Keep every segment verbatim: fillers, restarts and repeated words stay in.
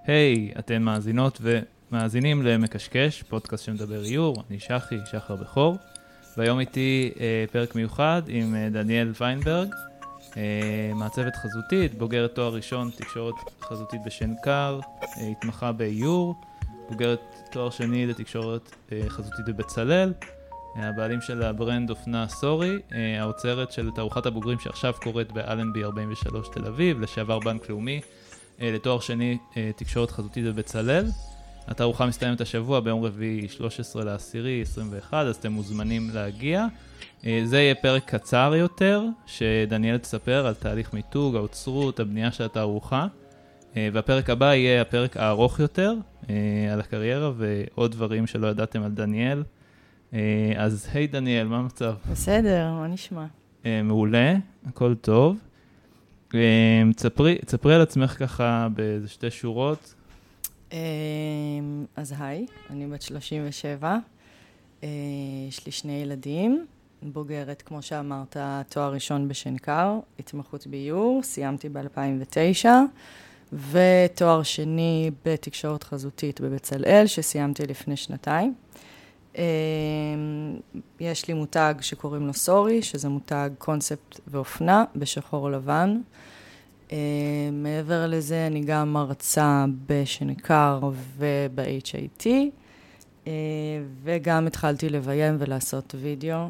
היי, אתם מאזינות ומאזינים למקשקש, פודקאסט שמדבר איור, אני שחי, שחר בכור, והיום איתי אה, פרק מיוחד עם אה, דניאל ויינברג, אה, מעצבת חזותית, בוגרת תואר ראשון תקשורת חזותית בשנקר, אה, התמחה באיור, בוגרת תואר שני לתקשורת אה, חזותית בבצלאל, אה, הבעלים של הברנד אופנה סורי, אה, האוצרת של תערוכת הבוגרים שעכשיו קורית באלנבי ארבעים ושלוש תל אביב, לשעבר בנק לאומי, לתואר שני תקשורת חזותית בבצלאל. התערוכה מסתיימת השבוע ביום רביעי שלושה עשר לעשירי עשרים ואחת, אז אתם מוזמנים להגיע. זה יהיה פרק קצר יותר, שדניאל תספר על תהליך מיתוג, האוצרות, הבנייה של התערוכה. והפרק הבא יהיה הפרק הארוך יותר, על הקריירה ועוד דברים שלא ידעתם על דניאל. אז היי דניאל, מה המצב? בסדר, מה נשמע? מעולה, הכל טוב. תספרי, תספרי על עצמך ככה באיזה שתי שורות. אז היי, אני בת שלושים ושבע, יש לי שני ילדים, בוגרת, כמו שאמרת, תואר ראשון בשנקר, התמחות באיור, סיימתי ב-אלפיים ותשע, ותואר שני בתקשורת חזותית בבצלאל, שסיימתי לפני שנתיים. יש לי מותג שקוראים לו סורי, שזה מותג קונספט ואופנה בשחור לבן. מעבר לזה אני גם מרצה בשנקר וב-אייץ' איי טי, וגם התחלתי לביים ולעשות וידאו.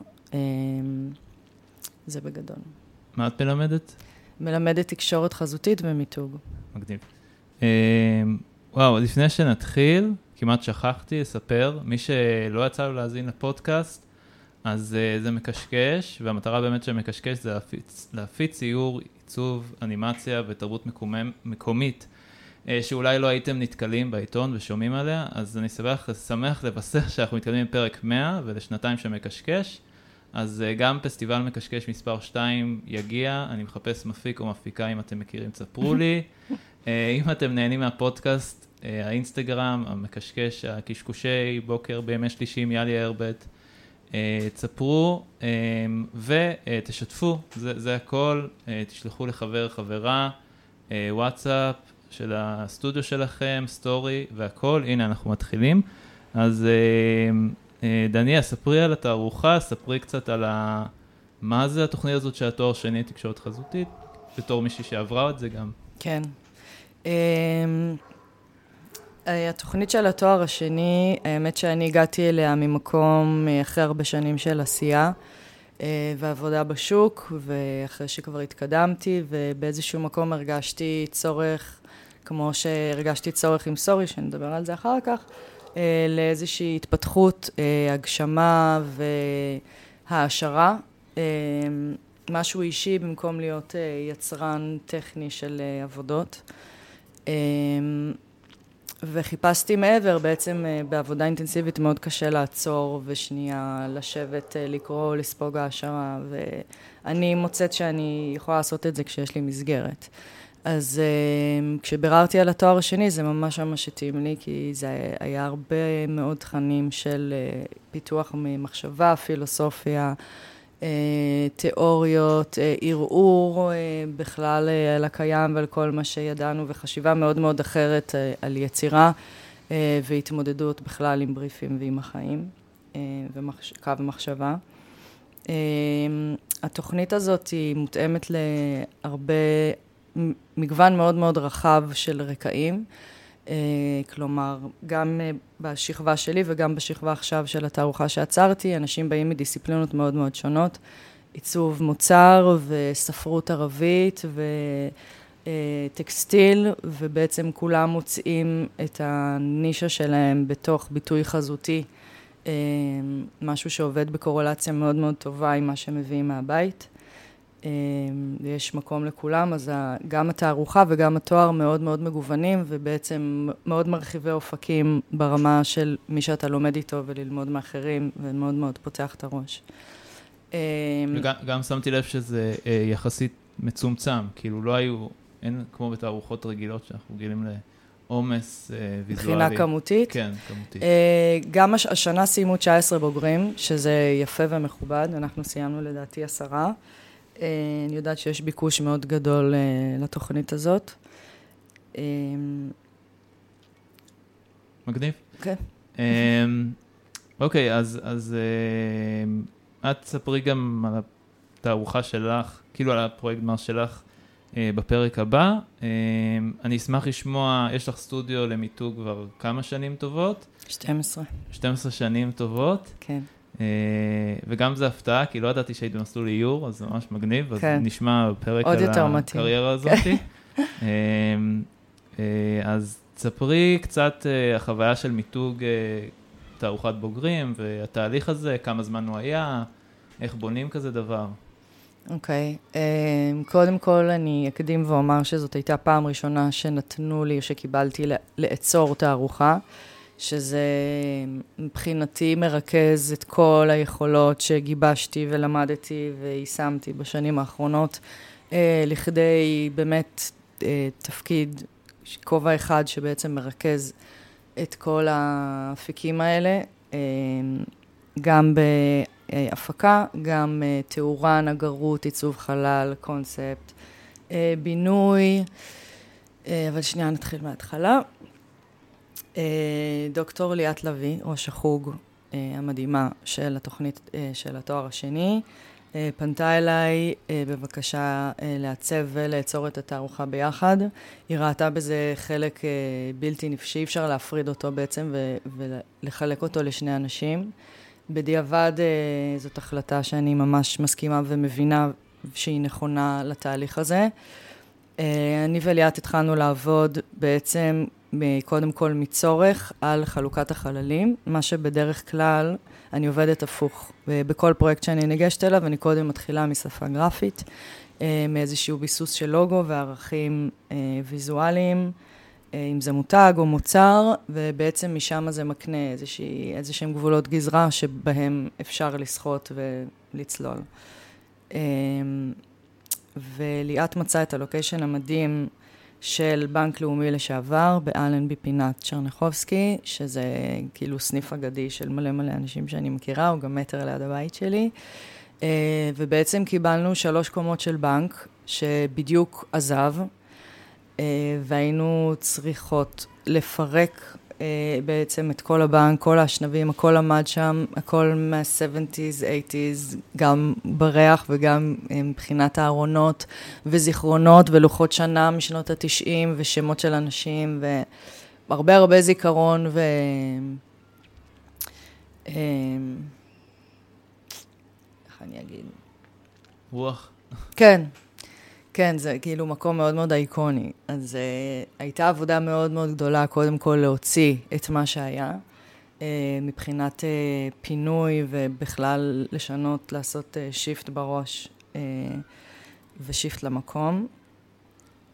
זה בגדול. מה את מלמדת? מלמדת תקשורת חזותית ומיתוג. מגניב. וואו, לפני שנתחיל, כמעט שכחתי לספר, מי שלא יצא לו להאזין לפודקאסט, אז uh, זה מקשקש, והמטרה באמת של מקשקש זה להפיץ, להפיץ ציור, עיצוב, אנימציה ותרבות מקומם, מקומית, uh, שאולי לא הייתם נתקלים בעיתון ושומעים עליה, אז אני שמח, שמח לבשר שאנחנו מתקדמים בפרק מאה ולשנתיים של מקשקש, אז uh, גם פסטיבל מקשקש מספר שתיים יגיע, אני מחפש מפיק או מפיקה אם אתם מכירים, תספרו לי. uh, אם אתם נהנים מהפודקאסט, uh, האינסטגרם, המקשקש, הקשקושי, בוקר בימי שלישי עם יאלי הרבט, תספרו ותשתפו, זה, זה הכל, תשלחו לחבר, חברה, וואטסאפ של הסטודיו שלכם, סטורי והכל, הנה אנחנו מתחילים. אז דניה, ספרי על התערוכה, ספרי קצת על ה... מה זה התוכנית הזאת של התואר שני תקשורת חזותית, בתור מישהי שעברה את זה גם. כן. התוכנית של התואר השני, האמת שאני הגעתי אליה ממקום אחרי הרבה שנים של עשייה ועבודה בשוק, ואחרי שכבר התקדמתי, ובאיזשהו מקום הרגשתי צורך, כמו שהרגשתי צורך עם סורי, שנדבר על זה אחר כך, לאיזושהי התפתחות, הגשמה והעשרה, משהו אישי במקום להיות יצרן טכני של עבודות. וחיפשתי מעבר, בעצם בעבודה אינטנסיבית מאוד קשה לעצור ושנייה לשבת, לקרוא, לספוג העשרה, ואני מוצאת שאני יכולה לעשות את זה כשיש לי מסגרת. אז כשביררתי על התואר השני זה ממש ממש התאים לי, כי זה היה הרבה מאוד תכנים של פיתוח ממחשבה, פילוסופיה, תיאוריות, ערעור בכלל על הקיים ועל כל מה שידענו, וחשיבה מאוד מאוד אחרת על יצירה והתמודדות בכלל עם בריפים ועם החיים וקו מחשבה. התוכנית הזאת היא מותאמת להרבה מגוון מאוד מאוד רחב של רקעים, כלומר, גם בשכבה שלי וגם בשכבה עכשיו של התערוכה שעצרתי, אנשים באים מדיסציפלינות מאוד מאוד שונות, עיצוב מוצר וספרות ערבית וטקסטיל, ובעצם כולם מוצאים את הנישה שלהם בתוך ביטוי חזותי, משהו שעובד בקורלציה מאוד מאוד טובה עם מה שמביאים מהבית. יש מקום לכולם, אז גם התערוכה וגם התואר מאוד מאוד מגוונים, ובעצם מאוד מרחיבי אופקים ברמה של מי שאתה לומד איתו וללמוד מאחרים, ומאוד מאוד פותח את הראש. וגם, גם שמתי לב שזה יחסית מצומצם, כאילו לא היו, אין כמו בתערוכות רגילות שאנחנו גילים לעומס ויזואלי. מבחינה כמותית? כן, כמותית. גם השנה סיימו תשע עשרה בוגרים, שזה יפה ומכובד, אנחנו סיימנו לדעתי עשרה. אני יודעת שיש ביקוש מאוד גדול לתוכנית הזאת. מגניב. כן. אוקיי, אז, אז את תספרי גם על התערוכה שלך, כאילו על הפרויקט גמר שלך בפרק הבא. אני אשמח לשמוע, יש לך סטודיו למיתוג כבר כמה שנים טובות? שתים עשרה. שתים עשרה שנים טובות. כן. וגם זה הפתעה, כי לא ידעתי שהיית במסלול איור, אז זה ממש מגניב, אז כן. נשמע בפרק עוד על יותר מתאים. הקריירה הזאת. אז תספרי קצת החוויה של מיתוג תערוכת בוגרים, והתהליך הזה, כמה זמן הוא היה, איך בונים כזה דבר. אוקיי, okay. קודם כל אני אקדים ואומר שזאת הייתה פעם ראשונה שנתנו לי, שקיבלתי לעצור תערוכה, שזה מבחינתי מרכז את כל היכולות שגיבשתי ולמדתי ויישמתי בשנים האחרונות, לכדי באמת תפקיד, כובע אחד שבעצם מרכז את כל האפיקים האלה, גם בהפקה, גם תאורה, נגרות, עיצוב חלל, קונספט, בינוי, אבל שנייה נתחיל מההתחלה. דוקטור ליאת לוי, ראש החוג המדהימה של התוכנית של התואר השני, פנתה אליי בבקשה לעצב ולעצור את התערוכה ביחד. היא ראתה בזה חלק בלתי נפשי, אפשר להפריד אותו בעצם ולחלק אותו לשני אנשים. בדיעבד זאת החלטה שאני ממש מסכימה ומבינה שהיא נכונה לתהליך הזה. אני וליאת התחלנו לעבוד בעצם קודם כל מצורך על חלוקת החללים, מה שבדרך כלל אני עובדת הפוך. בכל פרויקט שאני ניגשת אליו, אני קודם מתחילה משפה גרפית, מאיזשהו ביסוס של לוגו וערכים ויזואליים, אם זה מותג או מוצר, ובעצם משם זה מקנה איזשהם גבולות גזרה שבהם אפשר לשחות ולצלול. וליאת מצאה את הלוקיישן המדהים של בנק לאומי לשעבר, באלנבי פינת צ'רנחובסקי, שזה כאילו סניף אגדי של מלא מלא אנשים שאני מכירה, הוא גם מטר ליד הבית שלי. ובעצם קיבלנו שלוש קומות של בנק, שבדיוק עזב, והיינו צריכות לפרק בעצם את כל הבנק, כל האשנבים, הכל עמד שם, הכל מה-שבעים, שמונים, גם בריח וגם מבחינת הארונות וזיכרונות ולוחות שנה משנות ה-תשעים ושמות של אנשים והרבה הרבה זיכרון ו... איך אני אגיד? רוח. כן. כן, זה כאילו מקום מאוד מאוד אייקוני. אז uh, הייתה עבודה מאוד מאוד גדולה, קודם כל להוציא את מה שהיה, uh, מבחינת uh, פינוי ובכלל לשנות, לעשות uh, שיפט בראש uh, ושיפט למקום. Uh,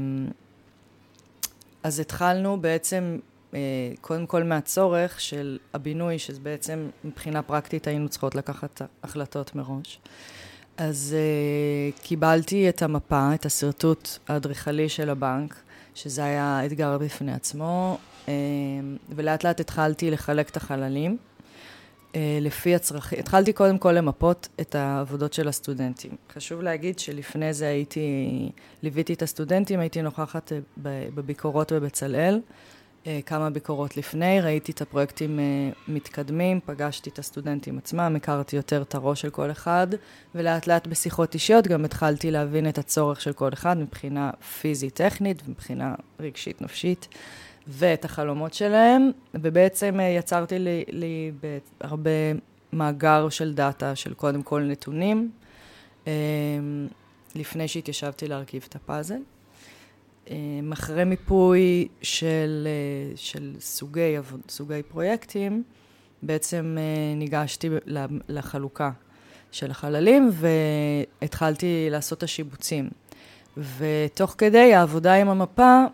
אז התחלנו בעצם, uh, קודם כל מהצורך של הבינוי, שזה בעצם מבחינה פרקטית היינו צריכות לקחת החלטות מראש. אז uh, קיבלתי את המפה, את הסרטוט האדריכלי של הבנק, שזה היה אתגר בפני עצמו, uh, ולאט לאט התחלתי לחלק את החללים. Uh, לפי הצרכים, התחלתי קודם כל למפות את העבודות של הסטודנטים. חשוב להגיד שלפני זה הייתי, ליוויתי את הסטודנטים, הייתי נוכחת בביקורות בבצלאל, כמה ביקורות לפני, ראיתי את הפרויקטים מתקדמים, פגשתי את הסטודנטים עצמם, הכרתי יותר את הראש של כל אחד, ולאט לאט בשיחות אישיות גם התחלתי להבין את הצורך של כל אחד מבחינה פיזית-טכנית, מבחינה רגשית-נפשית, ואת החלומות שלהם, ובעצם יצרתי לי, לי בהרבה מאגר של דאטה, של קודם כל נתונים, לפני שהתיישבתי להרכיב את הפאזל. אחרי מיפוי של, של סוגי, סוגי פרויקטים, בעצם ניגשתי לחלוקה של החללים והתחלתי לעשות את השיבוצים. ותוך כדי העבודה עם המפה,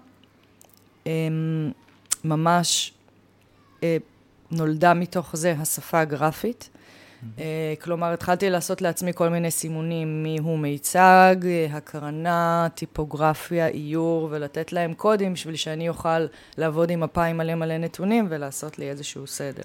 ממש נולדה מתוך זה השפה הגרפית. כלומר, התחלתי לעשות לעצמי כל מיני סימונים, מיהו מיצג, הקרנה, טיפוגרפיה, איור, ולתת להם קודים בשביל שאני אוכל לעבוד עם מפה עם מלא מלא נתונים ולעשות לי איזשהו סדר.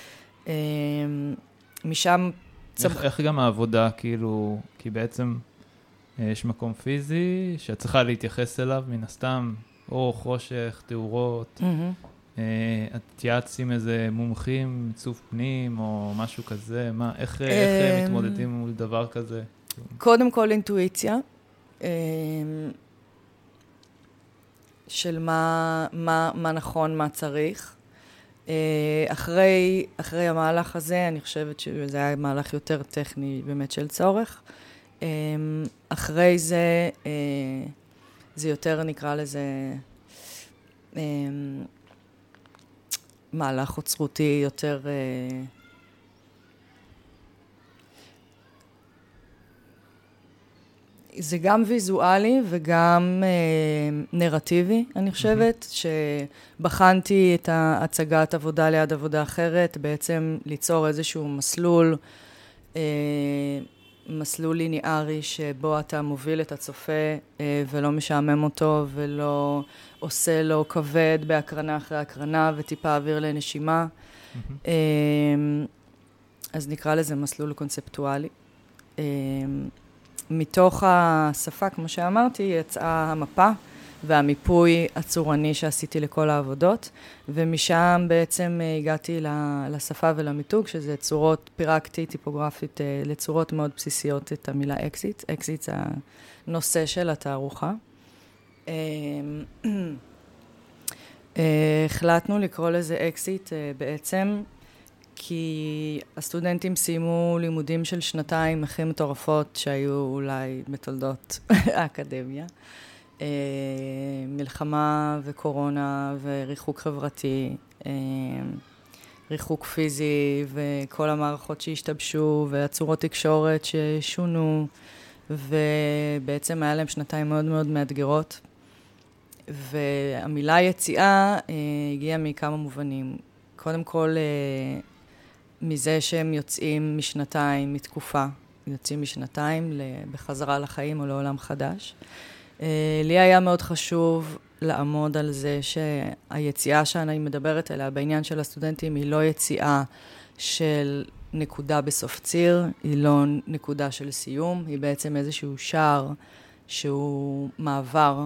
משם... איך, איך גם העבודה, כאילו, כי בעצם יש מקום פיזי שאת צריכה להתייחס אליו מן הסתם, או חושך, תאורות. Mm-hmm. את תיאצת עם איזה מומחים, צוף פנים או משהו כזה? מה, איך, איך מתמודדים מול דבר כזה? קודם כל אינטואיציה, של מה, מה, מה נכון, מה צריך. אחרי, אחרי המהלך הזה, אני חושבת שזה היה מהלך יותר טכני באמת של צורך. אחרי זה, זה יותר נקרא לזה מהלך אוצרותי יותר זה גם ויזואלי וגם אה, נרטיבי, אני חושבת, mm-hmm. שבחנתי את הצגת עבודה ליד עבודה אחרת, בעצם ליצור איזשהו מסלול, אה, מסלול ליניארי שבו אתה מוביל את הצופה אה, ולא משעמם אותו ולא עושה לו כבד בהקרנה אחרי הקרנה וטיפה אוויר לנשימה. Mm-hmm. אה, אז נקרא לזה מסלול קונספטואלי. אה, מתוך השפה, כמו שאמרתי, יצאה המפה והמיפוי הצורני שעשיתי לכל העבודות, ומשם בעצם הגעתי לשפה ולמיתוג, שזה צורות, פירקתי טיפוגרפית לצורות מאוד בסיסיות את המילה אקזיט. אקזיט זה הנושא של התערוכה. החלטנו לקרוא לזה אקזיט בעצם, כי הסטודנטים סיימו לימודים של שנתיים הכי מטורפות שהיו אולי בתולדות האקדמיה. מלחמה וקורונה וריחוק חברתי, ריחוק פיזי וכל המערכות שהשתבשו והצורות תקשורת ששונו, ובעצם היה להם שנתיים מאוד מאוד מאתגרות. והמילה יציאה הגיעה מכמה מובנים. קודם כל, מזה שהם יוצאים משנתיים, מתקופה, יוצאים משנתיים בחזרה לחיים או לעולם חדש. לי היה מאוד חשוב לעמוד על זה שהיציאה שאני מדברת עליה בעניין של הסטודנטים היא לא יציאה של נקודה בסוף ציר, היא לא נקודה של סיום, היא בעצם איזשהו שער שהוא מעבר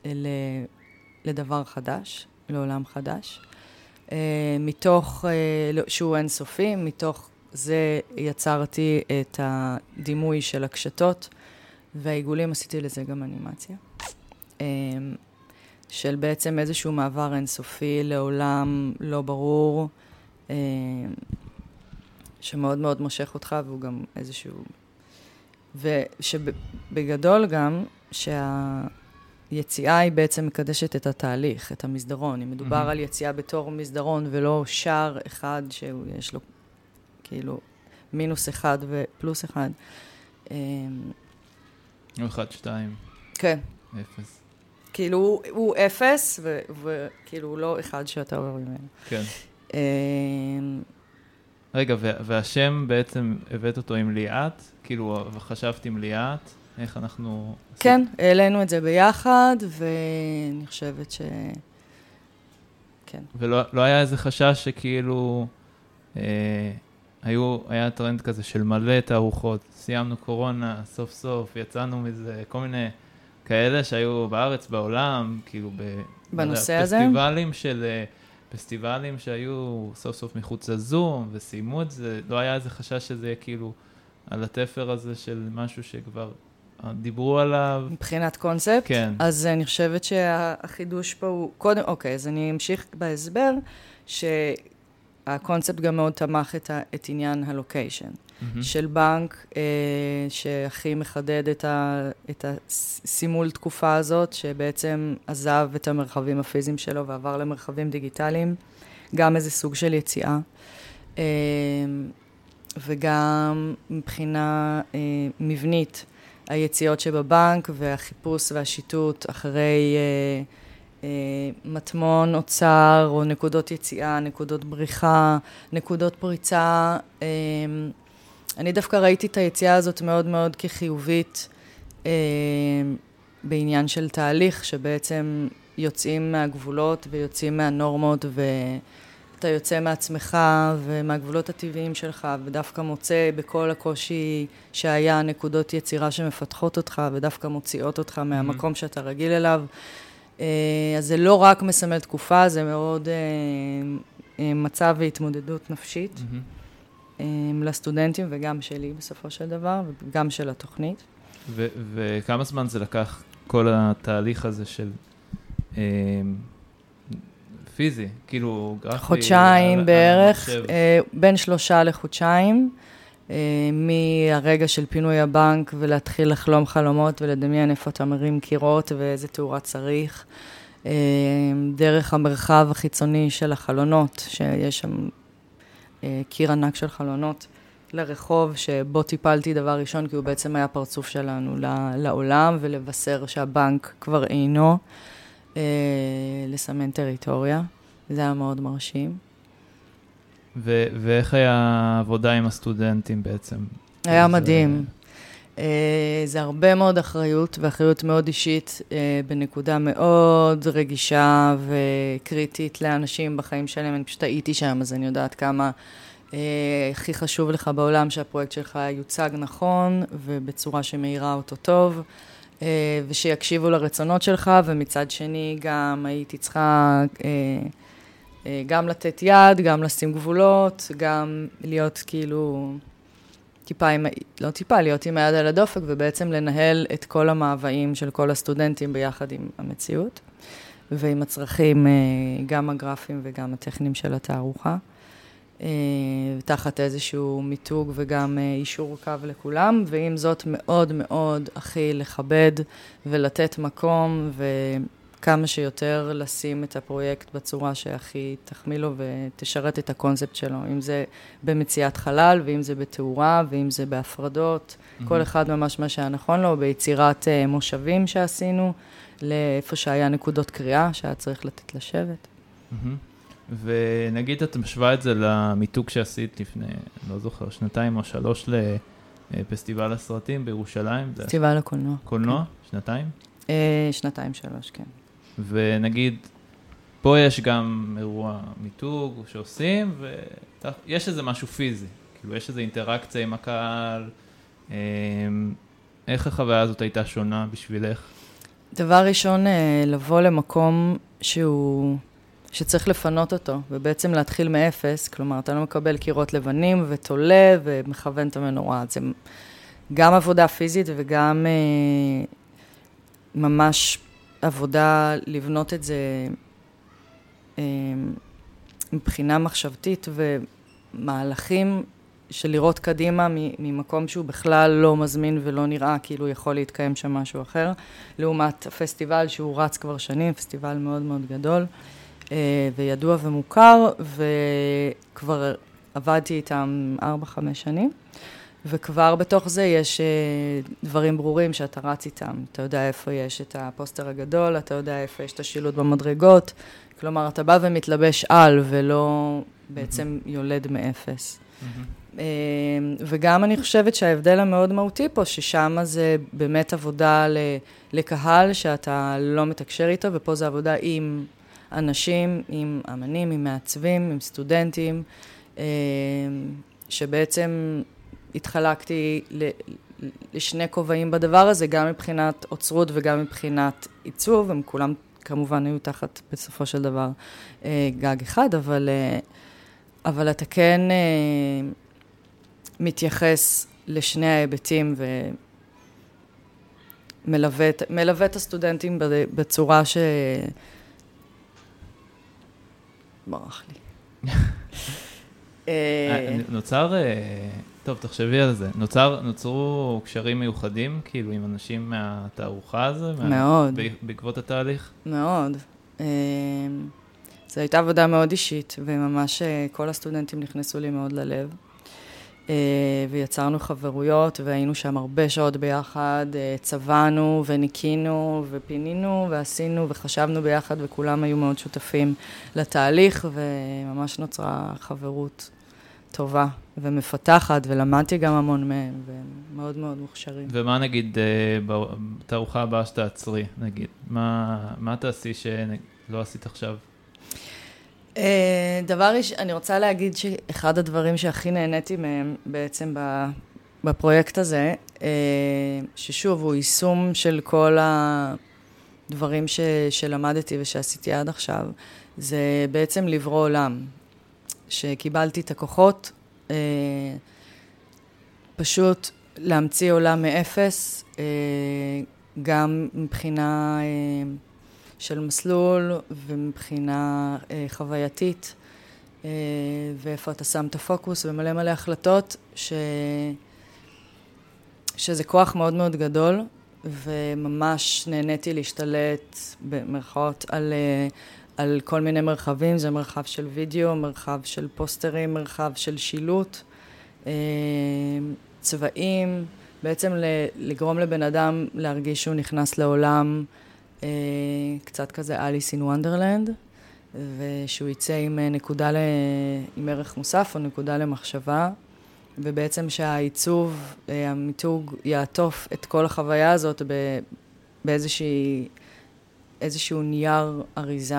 לדבר חדש, לעולם חדש. Uh, מתוך, uh, שהוא אינסופי, מתוך זה יצרתי את הדימוי של הקשתות, והעיגולים עשיתי לזה גם אנימציה. Uh, של בעצם איזשהו מעבר אינסופי לעולם לא ברור, uh, שמאוד מאוד מושך אותך, והוא גם איזשהו... ושבגדול גם, שה... יציאה היא בעצם מקדשת את התהליך, את המסדרון. אם מדובר mm-hmm. על יציאה בתור מסדרון ולא שער אחד שיש לו כאילו מינוס אחד ופלוס אחד. או אחד, שתיים. כן. אפס. כאילו הוא אפס וכאילו הוא לא אחד שאתה עובר ממנו. כן. רגע, והשם בעצם הבאת אותו עם ליאת? כאילו חשבתי עם ליאת? איך אנחנו... כן, העלינו את זה ביחד, ואני חושבת ש... כן. ולא לא היה איזה חשש שכאילו... אה, היו, היה טרנד כזה של מלא תערוכות, סיימנו קורונה, סוף סוף, יצאנו מזה, כל מיני כאלה שהיו בארץ, בעולם, כאילו ב... בנושא הזה? פסטיבלים של... פסטיבלים שהיו סוף סוף מחוץ לזום, וסיימו את זה, לא היה איזה חשש שזה יהיה כאילו על התפר הזה של משהו שכבר... דיברו עליו. מבחינת קונספט? כן. אז אני חושבת שהחידוש פה הוא... קודם, אוקיי, אז אני אמשיך בהסבר, שהקונספט גם מאוד תמך את, ה, את עניין הלוקיישן. Mm-hmm. של בנק, אה, שהכי מחדד את, ה, את הסימול תקופה הזאת, שבעצם עזב את המרחבים הפיזיים שלו ועבר למרחבים דיגיטליים. גם איזה סוג של יציאה. אה, וגם מבחינה אה, מבנית, היציאות שבבנק והחיפוש והשיטוט אחרי אה, אה, מטמון אוצר או נקודות יציאה, נקודות בריחה, נקודות פריצה. אה, אני דווקא ראיתי את היציאה הזאת מאוד מאוד כחיובית אה, בעניין של תהליך שבעצם יוצאים מהגבולות ויוצאים מהנורמות ו... אתה יוצא מעצמך ומהגבולות הטבעיים שלך, ודווקא מוצא בכל הקושי שהיה נקודות יצירה שמפתחות אותך, ודווקא מוציאות אותך מהמקום שאתה רגיל אליו. אז זה לא רק מסמל תקופה, זה מאוד מצב והתמודדות נפשית mm-hmm. לסטודנטים וגם שלי בסופו של דבר, וגם של התוכנית. ו- וכמה זמן זה לקח כל התהליך הזה של אה, פיזי, כאילו גרפי? חודשיים על, בערך, על אה, בין שלושה לחודשיים, אה, מהרגע של פינוי הבנק ולהתחיל לחלום חלומות ולדמיין איפה אתה מרים קירות ואיזה תאורה צריך, אה, דרך המרחב החיצוני של החלונות, שיש שם אה, קיר ענק של חלונות, לרחוב שבו טיפלתי דבר ראשון, כי הוא בעצם היה פרצוף שלנו לעולם, ולבשר שהבנק כבר אינו, אה, לסמן טריטוריה. זה היה מאוד מרשים. ו- ואיך היה העבודה עם הסטודנטים בעצם? היה זה... מדהים. אה, זה הרבה מאוד אחריות, ואחריות מאוד אישית, אה, בנקודה מאוד רגישה וקריטית לאנשים בחיים שלהם. אני פשוט הייתי שם, אז אני יודעת כמה... Uh, הכי חשוב לך בעולם שהפרויקט שלך יוצג נכון ובצורה שמאירה אותו טוב, uh, ושיקשיבו לרצונות שלך, ומצד שני גם הייתי צריכה uh, uh, גם לתת יד, גם לשים גבולות, גם להיות כאילו טיפה, עם, לא טיפה, להיות עם היד על הדופק, ובעצם לנהל את כל המאוויים של כל הסטודנטים ביחד עם המציאות, ועם הצרכים uh, גם הגרפיים וגם הטכניים של התערוכה. תחת איזשהו מיתוג וגם אישור קו לכולם, ועם זאת מאוד מאוד הכי לכבד ולתת מקום וכמה שיותר לשים את הפרויקט בצורה שהכי תחמיא לו ותשרת את הקונספט שלו, אם זה במציאת חלל ואם זה בתאורה ואם זה בהפרדות, mm-hmm. כל אחד ממש מה שהיה נכון לו, ביצירת מושבים שעשינו, לאיפה שהיה נקודות קריאה שהיה צריך לתת לשבת. Mm-hmm. ונגיד את משווה את זה למיתוג שעשית לפני, לא זוכר, שנתיים או שלוש לפסטיבל הסרטים בירושלים. פסטיבל הקולנוע. קולנוע? שנתיים? שנתיים, שלוש, כן. ונגיד, פה יש גם אירוע מיתוג שעושים, ויש איזה משהו פיזי, כאילו יש איזו אינטראקציה עם הקהל. איך החוויה הזאת הייתה שונה בשבילך? דבר ראשון, לבוא למקום שהוא... שצריך לפנות אותו, ובעצם להתחיל מאפס, כלומר, אתה לא מקבל קירות לבנים ותולה ומכוון את המנורה. זה גם עבודה פיזית וגם אה, ממש עבודה לבנות את זה אה, מבחינה מחשבתית ומהלכים של לראות קדימה ממקום שהוא בכלל לא מזמין ולא נראה כאילו יכול להתקיים שם משהו אחר, לעומת הפסטיבל שהוא רץ כבר שנים, פסטיבל מאוד מאוד גדול. וידוע ומוכר, וכבר עבדתי איתם ארבע, חמש שנים, וכבר בתוך זה יש דברים ברורים שאתה רץ איתם. אתה יודע איפה יש את הפוסטר הגדול, אתה יודע איפה יש את השילוט במדרגות, כלומר, אתה בא ומתלבש על, ולא בעצם יולד מאפס. וגם אני חושבת שההבדל המאוד מהותי פה, ששם זה באמת עבודה לקהל שאתה לא מתקשר איתו, ופה זה עבודה עם... אנשים, עם אמנים, עם מעצבים, עם סטודנטים, שבעצם התחלקתי לשני כובעים בדבר הזה, גם מבחינת אוצרות וגם מבחינת עיצוב, הם כולם כמובן היו תחת בסופו של דבר גג אחד, אבל, אבל אתה כן מתייחס לשני ההיבטים ומלווה את הסטודנטים בצורה ש... ברח לי. נוצר, טוב, תחשבי על זה, נוצר, נוצרו קשרים מיוחדים, כאילו, עם אנשים מהתערוכה הזו? מאוד. בעקבות התהליך? מאוד. זו הייתה עבודה מאוד אישית, וממש כל הסטודנטים נכנסו לי מאוד ללב. ויצרנו חברויות, והיינו שם הרבה שעות ביחד, צבענו וניקינו ופינינו ועשינו וחשבנו ביחד, וכולם היו מאוד שותפים לתהליך, וממש נוצרה חברות טובה ומפתחת, ולמדתי גם המון מהם, ומאוד מאוד מוכשרים. ומה נגיד בתערוכה הבאה שתעצרי, נגיד? מה, מה תעשי שלא עשית עכשיו? דבר ראשון, אני רוצה להגיד שאחד הדברים שהכי נהניתי מהם בעצם בפרויקט הזה, ששוב, הוא יישום של כל דברים ש, שלמדתי ושעשיתי עד עכשיו, זה בעצם לברוא עולם. שקיבלתי את הכוחות, אה, פשוט להמציא עולם מאפס, אה, גם מבחינה אה, של מסלול ומבחינה אה, חווייתית, אה, ואיפה אתה שם את הפוקוס ומלא מלא החלטות, ש... שזה כוח מאוד מאוד גדול, וממש נהניתי להשתלט במרכאות על, על כל מיני מרחבים. זה מרחב של וידאו, מרחב של פוסטרים, מרחב של שילוט, צבעים, בעצם לגרום לבן אדם להרגיש שהוא נכנס לעולם קצת כזה אליס אין וונדרלנד, ושהוא יצא עם נקודה, עם ערך מוסף או נקודה למחשבה, ובעצם שהעיצוב, המיתוג, יעטוף את כל החוויה הזאת באיזושהי, איזשהו נייר אריזה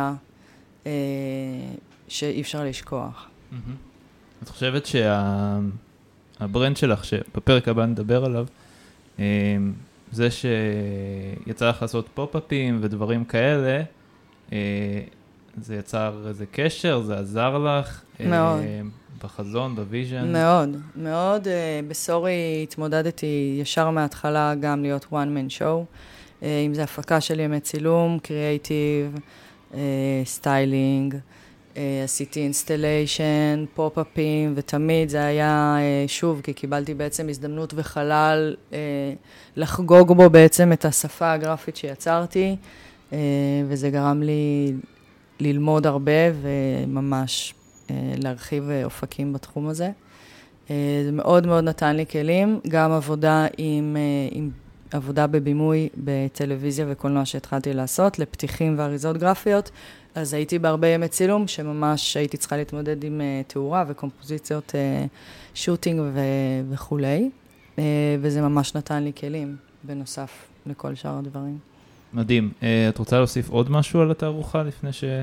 שאי אפשר לשכוח. את חושבת שהברנד שלך, שבפרק הבא נדבר עליו, זה שיצא לך לעשות פופ-אפים ודברים כאלה, זה יצר איזה קשר, זה עזר לך? מאוד. בחזון, בוויז'ן? מאוד, מאוד. בסורי התמודדתי ישר מההתחלה גם להיות one man show, אם זה הפקה של ימי צילום, קריאייטיב, סטיילינג, עשיתי אינסטליישן, פופ-אפים, ותמיד זה היה שוב, כי קיבלתי בעצם הזדמנות וחלל לחגוג בו בעצם את השפה הגרפית שיצרתי, וזה גרם לי ללמוד הרבה וממש להרחיב אופקים בתחום הזה. זה מאוד מאוד נתן לי כלים, גם עבודה עם, עם עבודה בבימוי בטלוויזיה וקולנוע שהתחלתי לעשות, לפתיחים ואריזות גרפיות, אז הייתי בהרבה ימי צילום, שממש הייתי צריכה להתמודד עם תאורה וקומפוזיציות, שוטינג ו- וכולי, וזה ממש נתן לי כלים, בנוסף לכל שאר הדברים. מדהים. את רוצה להוסיף עוד משהו על התערוכה לפני ש...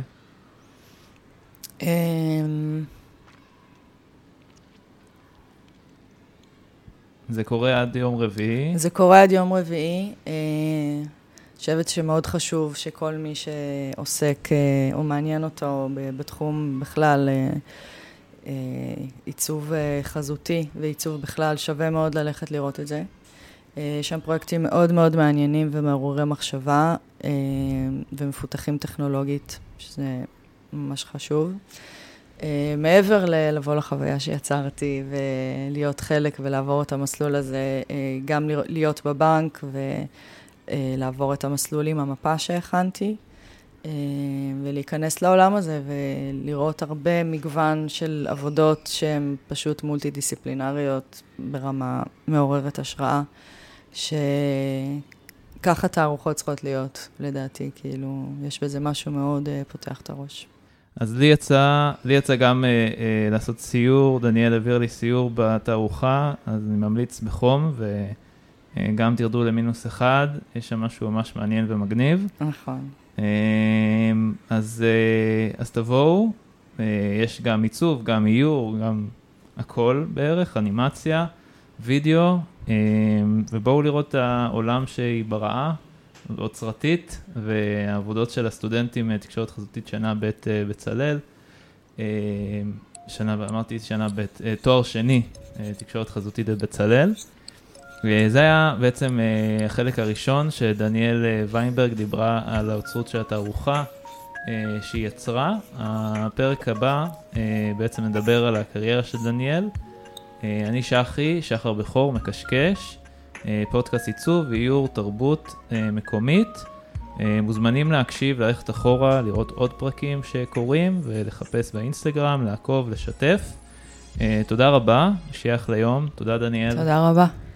זה קורה עד יום רביעי. זה קורה עד יום רביעי. אני חושבת שמאוד חשוב שכל מי שעוסק או מעניין אותו בתחום בכלל, עיצוב חזותי ועיצוב בכלל, שווה מאוד ללכת לראות את זה. יש שם פרויקטים מאוד מאוד מעניינים ומעוררי מחשבה ומפותחים טכנולוגית, שזה ממש חשוב. Uh, מעבר ל- לבוא לחוויה שיצרתי ולהיות חלק ולעבור את המסלול הזה, uh, גם ל- להיות בבנק ולעבור uh, את המסלול עם המפה שהכנתי, uh, ולהיכנס לעולם הזה ולראות הרבה מגוון של עבודות שהן פשוט מולטי-דיסציפלינריות ברמה מעוררת השראה, שככה תערוכות צריכות להיות, לדעתי, כאילו, יש בזה משהו מאוד uh, פותח את הראש. אז לי יצא, לי יצא גם אה, אה, לעשות סיור, דניאל העביר לי סיור בתערוכה, אז אני ממליץ בחום, וגם תרדו למינוס אחד, יש שם משהו ממש מעניין ומגניב. נכון. אה, אז, אה, אז תבואו, אה, יש גם עיצוב, גם איור, גם הכל בערך, אנימציה, וידאו, אה, ובואו לראות את העולם שהיא בראה, אוצרתית, והעבודות של הסטודנטים תקשורת חזותית שנה ב' בצלל, שנה, אמרתי שנה ב', תואר שני, תקשורת חזותית בצלל. וזה היה בעצם החלק הראשון שדניאל ויינברג דיברה על האוצרות של התערוכה שהיא יצרה. הפרק הבא בעצם מדבר על הקריירה של דניאל. אני שחי, שחר בכור, מקשקש. פודקאסט עיצוב ואיור תרבות מקומית. מוזמנים להקשיב, ללכת אחורה, לראות עוד פרקים שקורים ולחפש באינסטגרם, לעקוב, לשתף. תודה רבה, שיח ליום. תודה דניאל. תודה רבה.